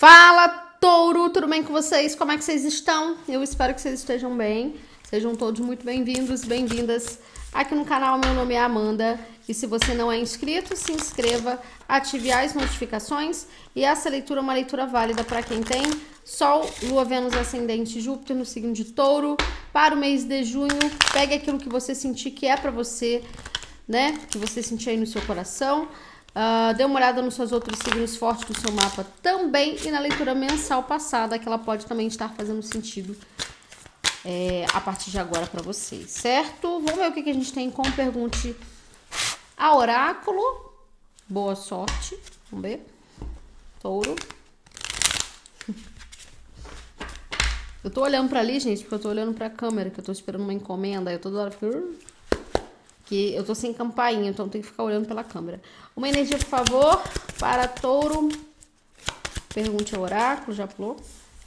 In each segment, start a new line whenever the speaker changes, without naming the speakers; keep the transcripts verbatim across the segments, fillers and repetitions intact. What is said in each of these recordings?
Fala, Touro, tudo bem com vocês? Como é que vocês estão? Eu espero que vocês estejam bem. Sejam todos muito bem-vindos, bem-vindas aqui no canal. Meu nome é Amanda e se você não é inscrito, se inscreva, ative as notificações e essa leitura é uma leitura válida para quem tem Sol, Lua, Vênus, Ascendente, Júpiter no signo de Touro para o mês de junho. Pegue aquilo que você sentir que é para você, né? Que você sentir aí no seu coração. Uh, dê uma olhada nos seus outros signos fortes do seu mapa também e na leitura mensal passada, que ela pode também estar fazendo sentido é, a partir de agora para vocês, certo? Vamos ver o que, que a gente tem com Pergunte a Oráculo. Boa sorte. Vamos ver. Touro. Eu tô olhando pra ali, gente, porque eu tô olhando pra câmera, que eu tô esperando uma encomenda, aí eu toda hora fico... que eu tô sem campainha, então tem que ficar olhando pela câmera. Uma energia, por favor, para Touro. Pergunte ao Oráculo, já pulou?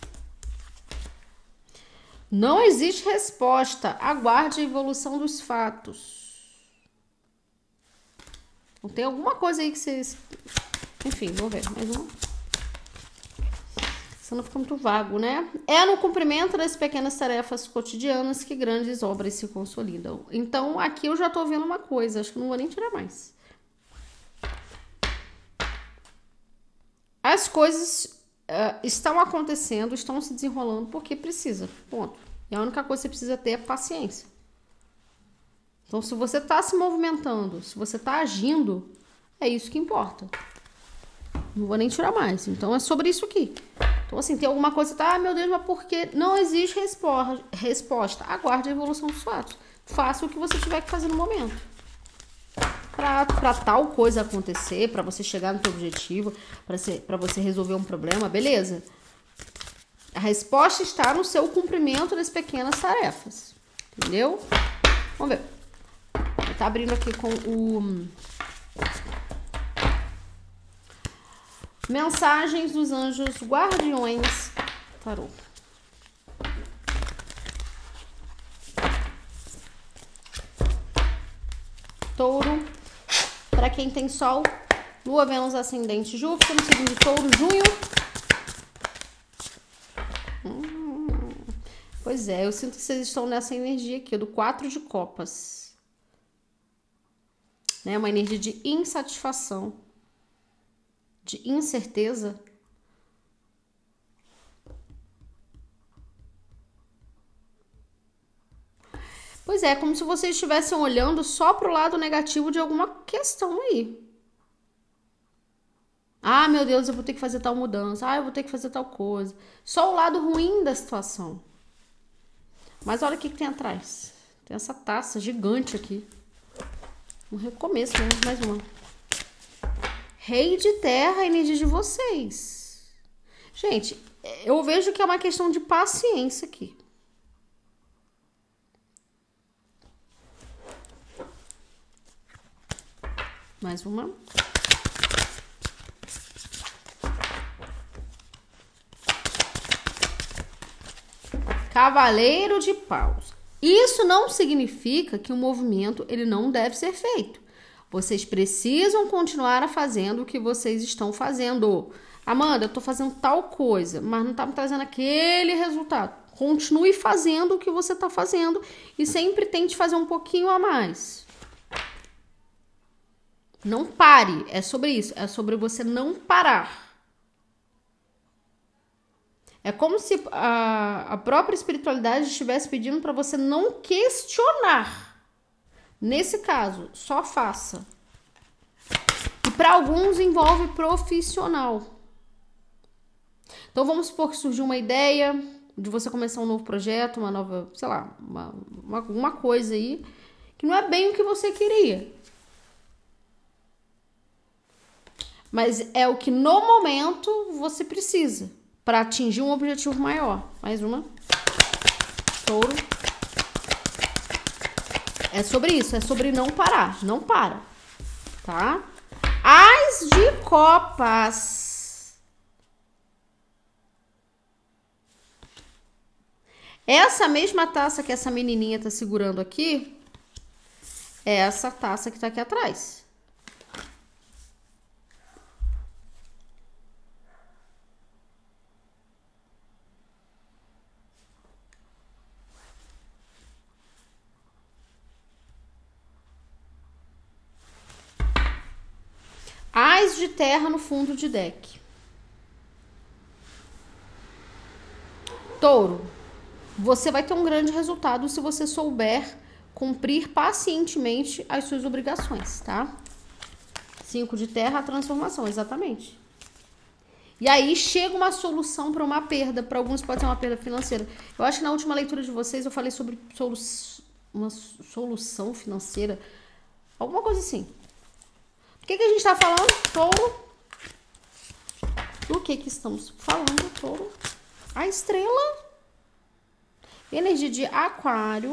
Não existe resposta. Aguarde a evolução dos fatos. Então, tem alguma coisa aí que vocês... Enfim, vamos ver. Mais uma. Isso não fica muito vago, né? É no cumprimento das pequenas tarefas cotidianas que grandes obras se consolidam. Então, aqui eu já tô vendo uma coisa. Acho que não vou nem tirar mais. As coisas uh, estão acontecendo, estão se desenrolando porque precisa. Ponto. E a única coisa que você precisa ter é paciência. Então, se você tá se movimentando, se você tá agindo, é isso que importa. Não vou nem tirar mais. Então, é sobre isso aqui. Então, assim, tem alguma coisa que tá, ah, meu Deus, mas por quê? Não existe respo- resposta. Aguarde a evolução dos fatos. Faça o que você tiver que fazer no momento. Pra, pra tal coisa acontecer, pra você chegar no seu objetivo, pra, ser, pra você resolver um problema, beleza? A resposta está no seu cumprimento das pequenas tarefas. Entendeu? Vamos ver. Ele tá abrindo aqui com o... Mensagens dos anjos guardiões. Tarô. Touro. Para quem tem Sol, Lua, Vênus, Ascendente, Júpiter, no signo de Touro, junho. Hum, pois é, eu sinto que vocês estão nessa energia aqui, do quatro de copas. Né? Uma energia de insatisfação. De incerteza. Pois é, como se vocês estivessem olhando só pro lado negativo de alguma questão aí. Ah, meu Deus, eu vou ter que fazer tal mudança. Ah, eu vou ter que fazer tal coisa. Só o lado ruim da situação. Mas olha o que, que tem atrás. Tem essa taça gigante aqui. Um recomeço, né? Mais uma. Rei de terra, a energia de vocês. Gente, eu vejo que é uma questão de paciência aqui. Mais uma. Cavaleiro de paus. Isso não significa que o movimento ele não deve ser feito. Vocês precisam continuar a fazendo o que vocês estão fazendo. Amanda, eu tô fazendo tal coisa, mas não tá me trazendo aquele resultado. Continue fazendo o que você tá fazendo e sempre tente fazer um pouquinho a mais. Não pare, é sobre isso, é sobre você não parar. É como se a, a própria espiritualidade estivesse pedindo para você não questionar. Nesse caso, só faça. E para alguns envolve profissional. Então vamos supor que surgiu uma ideia de você começar um novo projeto, uma nova, sei lá, uma, uma, uma coisa aí que não é bem o que você queria. Mas é o que no momento você precisa para atingir um objetivo maior. Mais uma. Touro. É sobre isso, é sobre não parar. Não para, tá? Ás de copas. Essa mesma taça que essa menininha tá segurando aqui é essa taça que tá aqui atrás. de terra no fundo de deck. Touro, você vai ter um grande resultado se você souber cumprir pacientemente as suas obrigações, tá? Cinco de terra, a transformação, exatamente. E aí chega uma solução para uma perda. Para alguns pode ser uma perda financeira. Eu acho que na última leitura de vocês eu falei sobre solu uma solução financeira. Alguma coisa assim. O que, que a gente está falando, Touro? Do que que estamos falando, Touro? A estrela. Energia de aquário.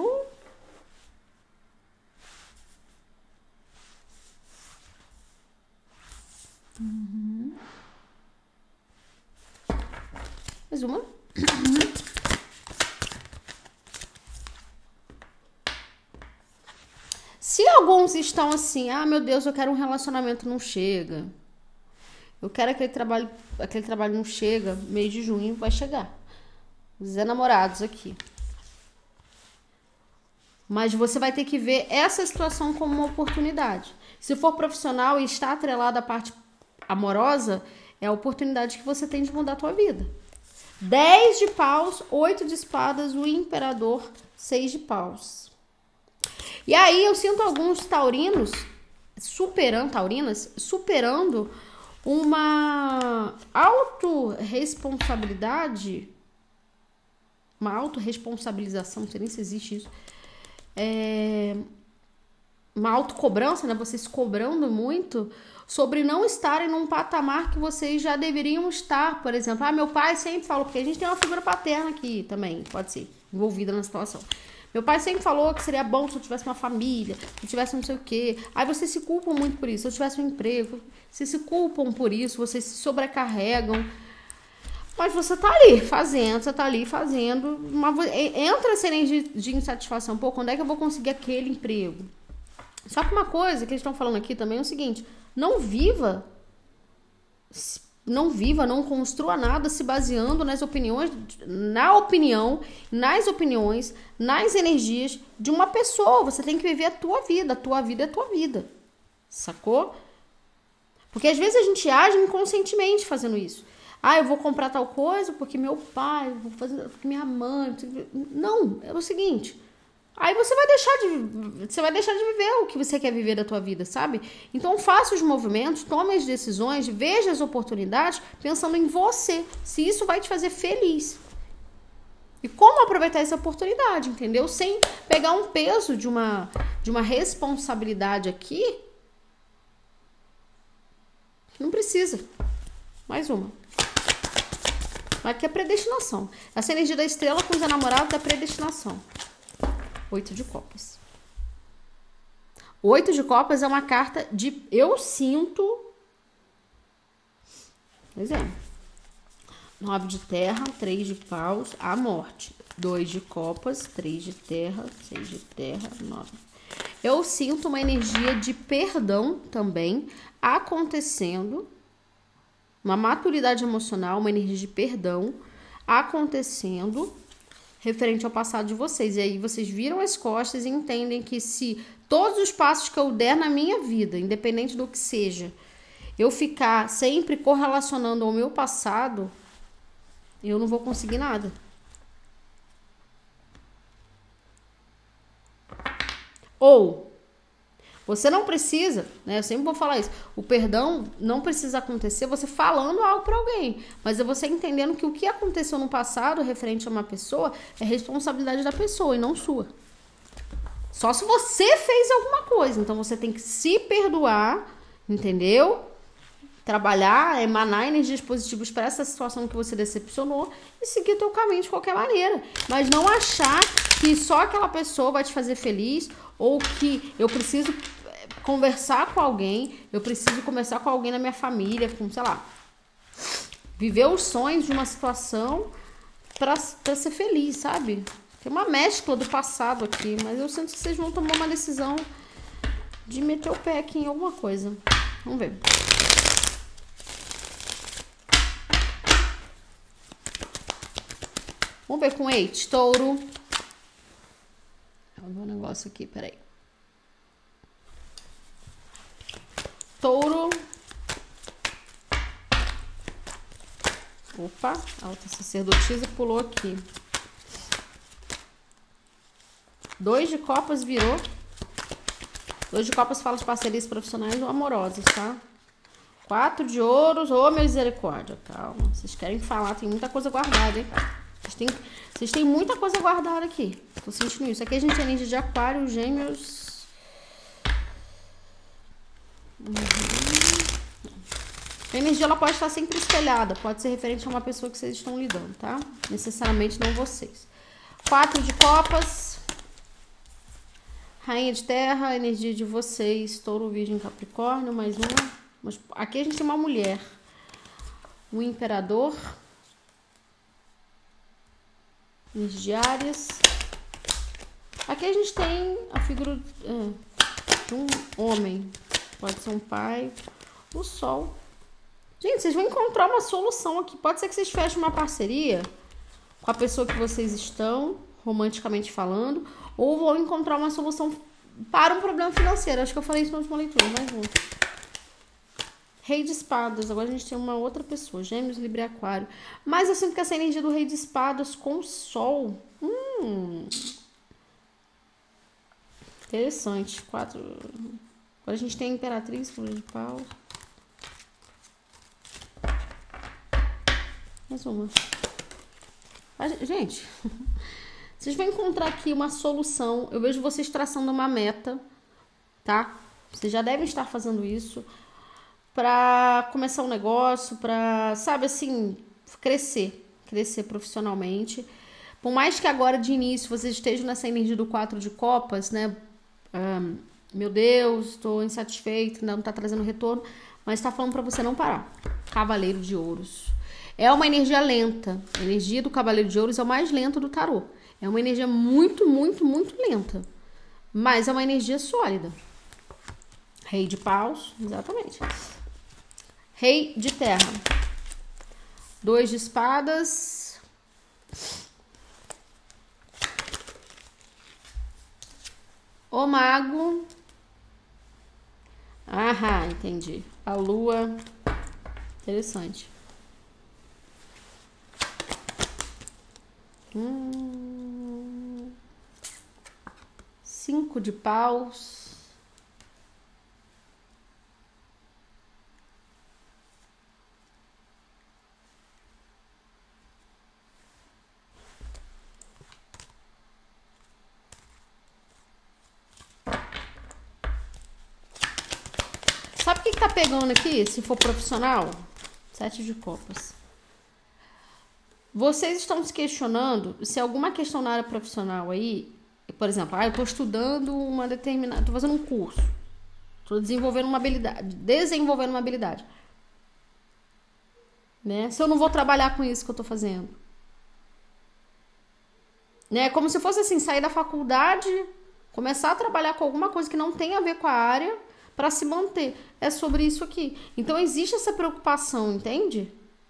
Uhum. Mais uma. Uhum. Se alguns estão assim, ah, meu Deus, eu quero um relacionamento, não chega. Eu quero aquele trabalho, aquele trabalho não chega, mês de junho vai chegar. Zé namorados aqui. Mas você vai ter que ver essa situação como uma oportunidade. Se for profissional e está atrelado à parte amorosa, é a oportunidade que você tem de mudar a tua vida. dez de paus, oito de espadas, o imperador, seis de paus. E aí eu sinto alguns taurinos superando, taurinas, superando uma autorresponsabilidade, uma autorresponsabilização, não sei nem se existe isso, é, uma autocobrança, né? Vocês cobrando muito sobre não estarem num patamar que vocês já deveriam estar, por exemplo. Ah, meu pai sempre falou, porque a gente tem uma figura paterna aqui também, pode ser, envolvida na situação. Meu pai sempre falou que seria bom se eu tivesse uma família, se eu tivesse não sei o quê. Aí vocês se culpam muito por isso. Se eu tivesse um emprego, vocês se culpam por isso, vocês se sobrecarregam. Mas você tá ali fazendo, você tá ali fazendo. Uma, entra essa energia de insatisfação. Pô, quando é que eu vou conseguir aquele emprego? Só que uma coisa que eles estão falando aqui também é o seguinte: não viva, não viva, não construa nada se baseando nas opiniões, na opinião, nas opiniões, nas energias de uma pessoa. Você tem que viver a tua vida, a tua vida é a tua vida, sacou? Porque às vezes a gente age inconscientemente fazendo isso. Ah, eu vou comprar tal coisa porque meu pai, vou fazer porque minha mãe. Não, é o seguinte. Aí você vai deixar de você vai deixar de viver o que você quer viver da tua vida, sabe? Então faça os movimentos, tome as decisões, veja as oportunidades pensando em você, se isso vai te fazer feliz. E como aproveitar essa oportunidade, entendeu? Sem pegar um peso de uma de uma responsabilidade aqui. Não precisa. Mais uma. Aqui é predestinação. Essa energia da estrela com os enamorados é predestinação. Oito de copas. Oito de copas é uma carta de eu sinto. Pois é. Nove de terra, três de paus, a morte. Dois de copas, três de terra, seis de terra, nove. Eu sinto uma energia de perdão também acontecendo. Uma maturidade emocional, uma energia de perdão acontecendo referente ao passado de vocês. E aí vocês viram as costas e entendem que se todos os passos que eu der na minha vida, independente do que seja, eu ficar sempre correlacionando ao meu passado, eu não vou conseguir nada. Ou você não precisa, né? Eu sempre vou falar isso. O perdão não precisa acontecer você falando algo para alguém, mas é você entendendo que o que aconteceu no passado referente a uma pessoa é responsabilidade da pessoa e não sua. Só se você fez alguma coisa. Então você tem que se perdoar, entendeu? Trabalhar, emanar energias positivas para essa situação que você decepcionou e seguir teu caminho de qualquer maneira. Mas não achar que só aquela pessoa vai te fazer feliz ou que eu preciso conversar com alguém, eu preciso conversar com alguém na minha família, com, sei lá, viver os sonhos de uma situação pra, pra ser feliz, sabe? Tem uma mescla do passado aqui, mas eu sinto que vocês vão tomar uma decisão de meter o pé aqui em alguma coisa. Vamos ver. Vamos ver com eight, touro. Vou ver um negócio aqui, peraí. Touro. Opa, a alta sacerdotisa pulou aqui. Dois de copas virou. Dois de copas fala de parcerias profissionais ou amorosas, tá? Quatro de ouros, ô, oh, misericórdia, calma. Vocês querem falar, tem muita coisa guardada, hein? Vocês têm, vocês têm muita coisa guardada aqui. Tô sentindo isso. Aqui a gente tem energia de aquário, gêmeos. Uhum. A energia, ela pode estar sempre espelhada. Pode ser referente a uma pessoa que vocês estão lidando, tá? Necessariamente não vocês. Quatro de copas. Rainha de terra, energia de vocês. Touro, virgem, capricórnio, mais uma. Mas aqui a gente tem uma mulher. O imperador. Energiárias. Aqui a gente tem a figura é, de um homem. Pode ser um pai. O sol. Gente, vocês vão encontrar uma solução aqui. Pode ser que vocês fechem uma parceria com a pessoa que vocês estão, romanticamente falando, ou vão encontrar uma solução para um problema financeiro. Acho que eu falei isso na última leitura, mas vamos. Rei de espadas. Agora a gente tem uma outra pessoa. Gêmeos, Libra e Aquário. Mas eu sinto que essa energia do rei de espadas com o sol. Hum. Interessante. Quatro. Agora a gente tem a Imperatriz, Folha de Pau. Mais uma. Gente, vocês vão encontrar aqui uma solução. Eu vejo vocês traçando uma meta, tá? Vocês já devem estar fazendo isso para começar um negócio, para, sabe assim, crescer, crescer profissionalmente. Por mais que agora de início vocês estejam nessa energia do quatro de copas, né? Um, meu Deus, estou insatisfeito, ainda não está trazendo retorno, mas está falando para você não parar. Cavaleiro de Ouros. É uma energia lenta. A energia do Cavaleiro de Ouros é o mais lento do tarô. É uma energia muito, muito, muito lenta. Mas é uma energia sólida. Rei de paus, exatamente. Rei de terra. Dois de espadas. O mago. Aham, entendi. A lua. Interessante. Hum. Cinco de paus. Sabe o que, que tá pegando aqui, se for profissional? Sete de copas. Vocês estão se questionando se alguma questão na área profissional aí, por exemplo, ah, eu tô estudando uma determinada, tô fazendo um curso, tô desenvolvendo uma habilidade, desenvolvendo uma habilidade, né? Se eu não vou trabalhar com isso que eu tô fazendo, né? Como se fosse assim, sair da faculdade, começar a trabalhar com alguma coisa que não tem a ver com a área para se manter. É sobre isso aqui. Então existe essa preocupação, entende?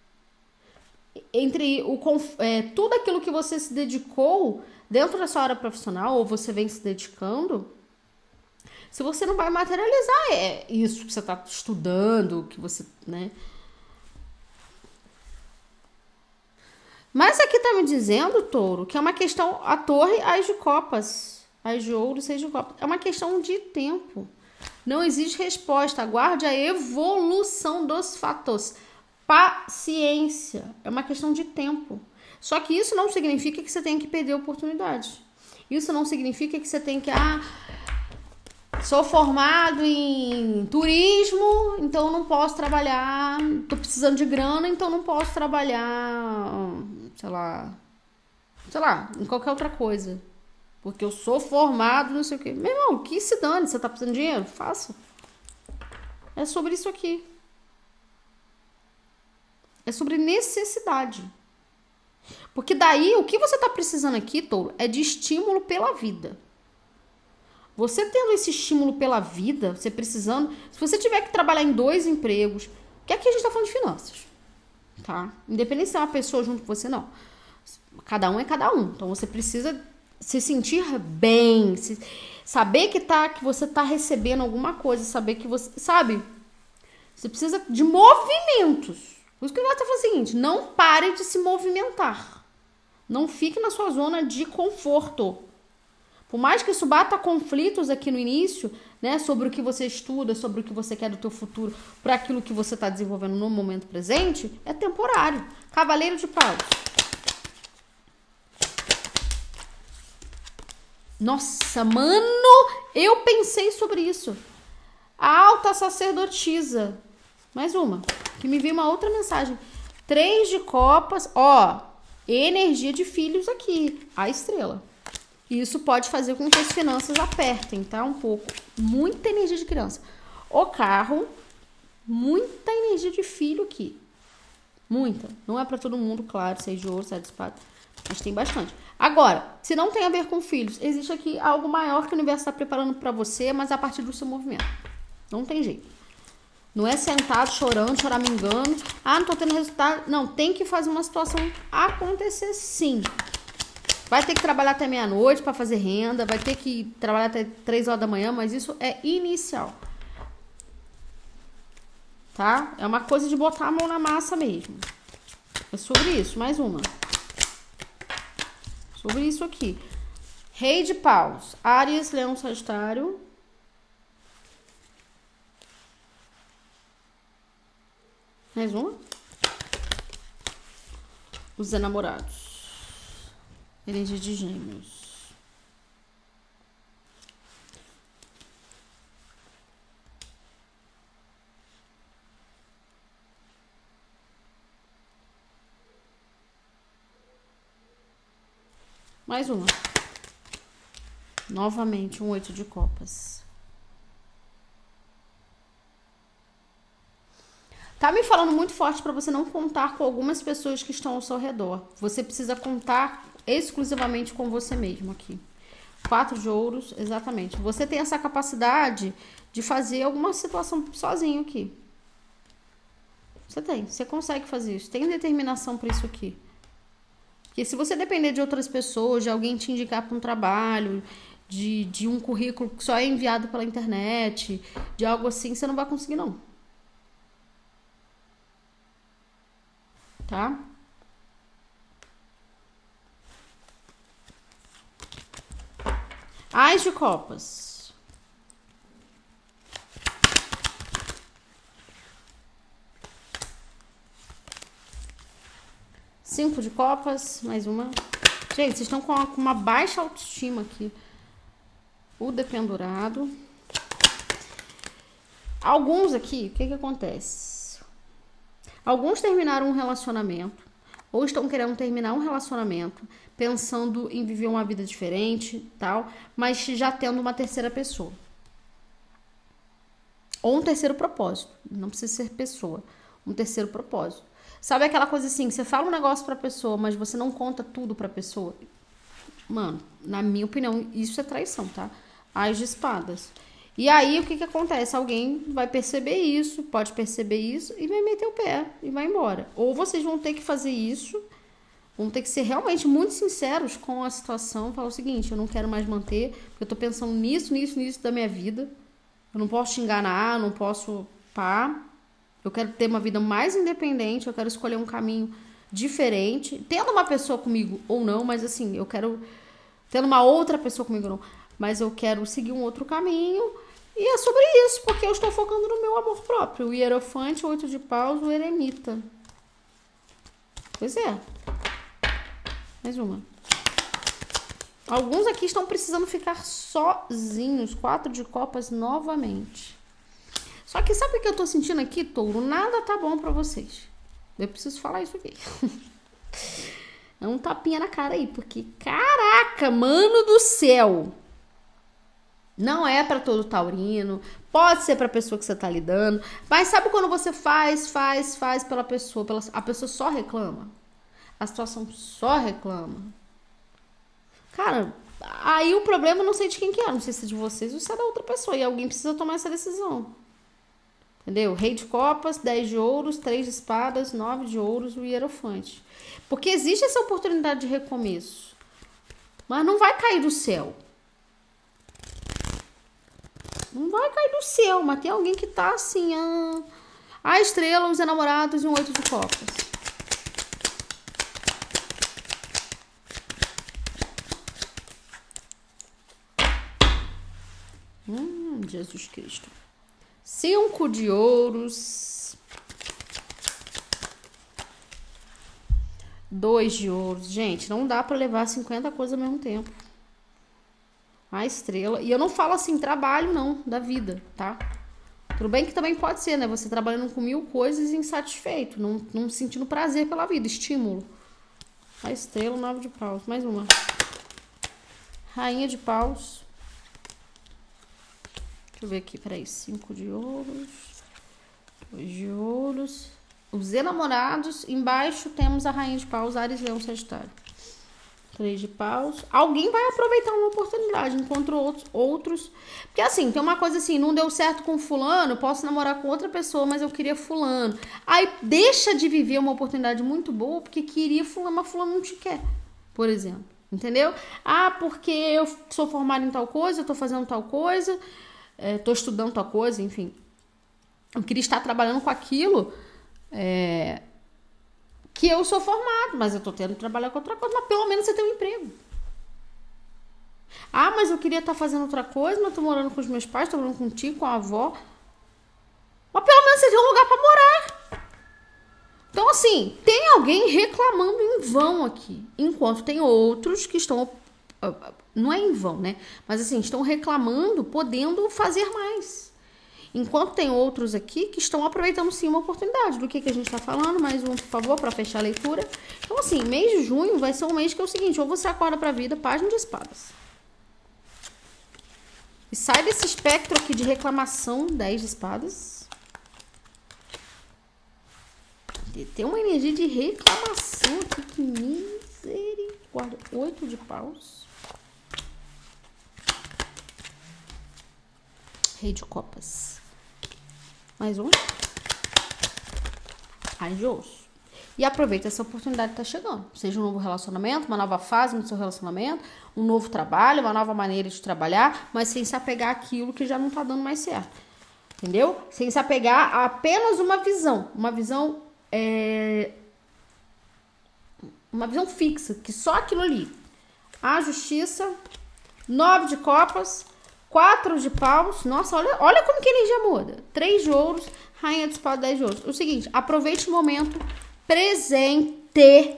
Entre o, é, tudo aquilo que você se dedicou dentro da sua área profissional, ou você vem se dedicando, se você não vai materializar é isso que você está estudando, que você, né? Mas aqui tá me dizendo, Touro, que é uma questão, a torre, as de copas, as de ouro, seis de copas, é uma questão de tempo. Não existe resposta, aguarde a evolução dos fatos. Paciência, é uma questão de tempo. Só que isso não significa que você tem que perder oportunidades. Isso não significa que você tem que, ah, sou formado em turismo, então não posso trabalhar, tô precisando de grana, então não posso trabalhar, sei lá, sei lá, em qualquer outra coisa. Porque eu sou formado, não sei o quê. Meu irmão, que se dane, você tá precisando de dinheiro? Faça. É sobre isso aqui. É sobre necessidade. Porque daí, o que você tá precisando aqui, Touro, é de estímulo pela vida. Você tendo esse estímulo pela vida, você precisando... Se você tiver que trabalhar em dois empregos... Que aqui a gente tá falando de finanças, tá? Independente se é uma pessoa junto com você, não. Cada um é cada um. Então, você precisa se sentir bem. Se, saber que, tá, que você tá recebendo alguma coisa. Saber que você... Sabe? Você precisa de movimentos. Por isso que o universo tá falando o seguinte, não pare de se movimentar. Não fique na sua zona de conforto. Por mais que isso bata conflitos aqui no início, né, sobre o que você estuda, sobre o que você quer do teu futuro, para aquilo que você está desenvolvendo no momento presente, é temporário. Cavaleiro de Paus. Nossa, mano, eu pensei sobre isso. A alta sacerdotisa. Mais uma, que me veio uma outra mensagem. Três de copas, ó, energia de filhos aqui, a estrela. Isso pode fazer com que as finanças apertem, tá? Um pouco. Muita energia de criança. O carro, muita energia de filho aqui. Muita. Não é pra todo mundo, claro, seis de ouro, sete de espada. Mas tem bastante. Agora, se não tem a ver com filhos, existe aqui algo maior que o universo está preparando pra você, mas a partir do seu movimento. Não tem jeito. Não é sentado, chorando, choramingando. Ah, não tô tendo resultado. Não, tem que fazer uma situação acontecer sim. Vai ter que trabalhar até meia-noite para fazer renda, vai ter que trabalhar até três horas da manhã, mas isso é inicial. Tá? É uma coisa de botar a mão na massa mesmo. É sobre isso, mais uma. Sobre isso aqui. Rei de Paus, Áries, Leão, Sagitário. Mais uma. Os enamorados. Energia de Gêmeos. Mais uma. Novamente, um oito de copas. Tá me falando muito forte para você não contar com algumas pessoas que estão ao seu redor. Você precisa contar exclusivamente com você mesmo aqui. Quatro de ouros, exatamente. Você tem essa capacidade de fazer alguma situação sozinho aqui. Você tem, você consegue fazer isso. Tem determinação para isso aqui. Porque se você depender de outras pessoas, de alguém te indicar para um trabalho, de, de um currículo que só é enviado pela internet, de algo assim, você não vai conseguir não. Tá? Ás de copas. Cinco de copas, mais uma. Gente, vocês estão com uma, com uma baixa autoestima aqui. O dependurado. Alguns aqui, o que que acontece? Alguns terminaram um relacionamento, ou estão querendo terminar um relacionamento, pensando em viver uma vida diferente, tal, mas já tendo uma terceira pessoa. Ou um terceiro propósito, não precisa ser pessoa, um terceiro propósito. Sabe aquela coisa assim, você fala um negócio pra pessoa, mas você não conta tudo pra pessoa? Mano, na minha opinião, isso é traição, tá? As de espadas. E aí, o que que acontece? Alguém vai perceber isso, pode perceber isso e vai meter o pé e vai embora. Ou vocês vão ter que fazer isso, vão ter que ser realmente muito sinceros com a situação, falar o seguinte, eu não quero mais manter, porque eu tô pensando nisso, nisso, nisso da minha vida. Eu não posso te enganar, não posso pá. Eu quero ter uma vida mais independente, eu quero escolher um caminho diferente, tendo uma pessoa comigo ou não, mas assim, eu quero tendo uma outra pessoa comigo ou não, mas eu quero seguir um outro caminho. E é sobre isso, porque eu estou focando no meu amor próprio. O Hierofante, o oito de paus, o eremita. Pois é. Mais uma. Alguns aqui estão precisando ficar sozinhos. Quatro de copas novamente. Só que sabe o que eu tô sentindo aqui, touro? Nada tá bom pra vocês. Eu preciso falar isso aqui. É um tapinha na cara aí, porque caraca, mano do céu. Não é pra todo taurino, pode ser pra pessoa que você tá lidando, mas sabe quando você faz, faz, faz pela pessoa, pela, a pessoa só reclama? A situação só reclama. Cara, aí o problema eu não sei de quem que é, não sei se é de vocês ou se é da outra pessoa, e alguém precisa tomar essa decisão. Entendeu? Rei de copas, dez de ouros, três de espadas, nove de ouros, o hierofante. Porque existe essa oportunidade de recomeço, mas não vai cair do céu. Não vai cair do céu, mas tem alguém que tá assim, ah, A estrela, os enamorados e um oito de copas. Hum, Jesus Cristo. Cinco de ouros. Dois de ouros. Gente, não dá pra levar cinquenta coisas ao mesmo tempo. A estrela. E eu não falo assim, trabalho não, da vida, tá? Tudo bem que também pode ser, né? Você trabalhando com mil coisas e insatisfeito. Não, não sentindo prazer pela vida, estímulo. A estrela, nove de paus. Mais uma. Rainha de paus. Deixa eu ver aqui, peraí. Cinco de ouros. Dois de ouros. Os enamorados. Embaixo temos a rainha de paus, Áries, Leão, Sagitário. Três de paus. Alguém vai aproveitar uma oportunidade, enquanto outros, outros... Porque assim, tem uma coisa assim, não deu certo com fulano, posso namorar com outra pessoa, mas eu queria fulano. Aí deixa de viver uma oportunidade muito boa porque queria fulano, mas fulano não te quer, por exemplo. Entendeu? Ah, porque eu sou formada em tal coisa, eu tô fazendo tal coisa, é, tô estudando tal coisa, enfim. Eu queria estar trabalhando com aquilo... É... que eu sou formado, mas eu tô tendo que trabalhar com outra coisa, mas pelo menos você tem um emprego. Ah, mas eu queria estar fazendo outra coisa, mas eu tô morando com os meus pais, tô morando contigo, com a avó. Mas pelo menos você tem um lugar pra morar. Então, assim, tem alguém reclamando em vão aqui, enquanto tem outros que estão, não é em vão, né? Mas assim, estão reclamando, podendo fazer mais. Enquanto tem outros aqui que estão aproveitando sim uma oportunidade. Do que, que a gente está falando? Mais um, por favor, para fechar a leitura. Então, assim, mês de junho vai ser um mês que é o seguinte: ou você acorda para a vida, página de espadas. E sai desse espectro aqui de reclamação, dez de espadas. Tem uma energia de reclamação aqui, que misericórdia. oito de paus. Rei de copas. Mais um. Ai de osso. E aproveita essa oportunidade que tá chegando. Seja um novo relacionamento, uma nova fase no seu relacionamento, um novo trabalho, uma nova maneira de trabalhar, mas sem se apegar àquilo que já não tá dando mais certo. Entendeu? Sem se apegar a apenas uma visão. Uma visão é... uma visão fixa, que só aquilo ali. A justiça, nove de copas, quatro de paus. Nossa, olha, olha como que a energia muda. três de ouros, rainha de espadas, dez de ouros. O seguinte, aproveite o momento presente.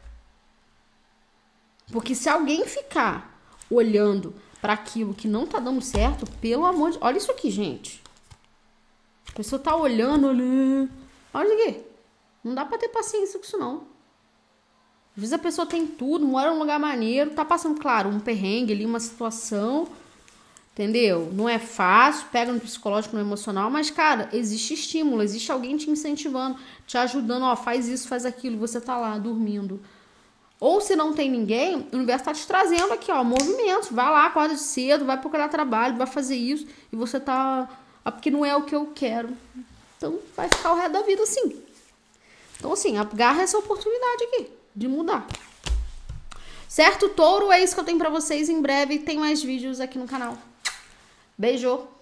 Porque se alguém ficar olhando para aquilo que não tá dando certo, pelo amor de... Olha isso aqui, gente. A pessoa tá olhando, olhando. Olha isso aqui. Não dá pra ter paciência com isso, não. Às vezes a pessoa tem tudo, mora num lugar maneiro, tá passando, claro, um perrengue ali, uma situação... Entendeu? Não é fácil, pega no psicológico, no emocional, mas, cara, existe estímulo, existe alguém te incentivando, te ajudando, ó, faz isso, faz aquilo, você tá lá, dormindo. Ou se não tem ninguém, o universo tá te trazendo aqui, ó, movimentos, vai lá, acorda de cedo, vai procurar trabalho, vai fazer isso, e você tá, ah, porque não é o que eu quero. Então, vai ficar o resto da vida assim. Então, assim, agarra essa oportunidade aqui, de mudar. Certo, touro? É isso que eu tenho pra vocês. Em breve tem mais vídeos aqui no canal. Beijo!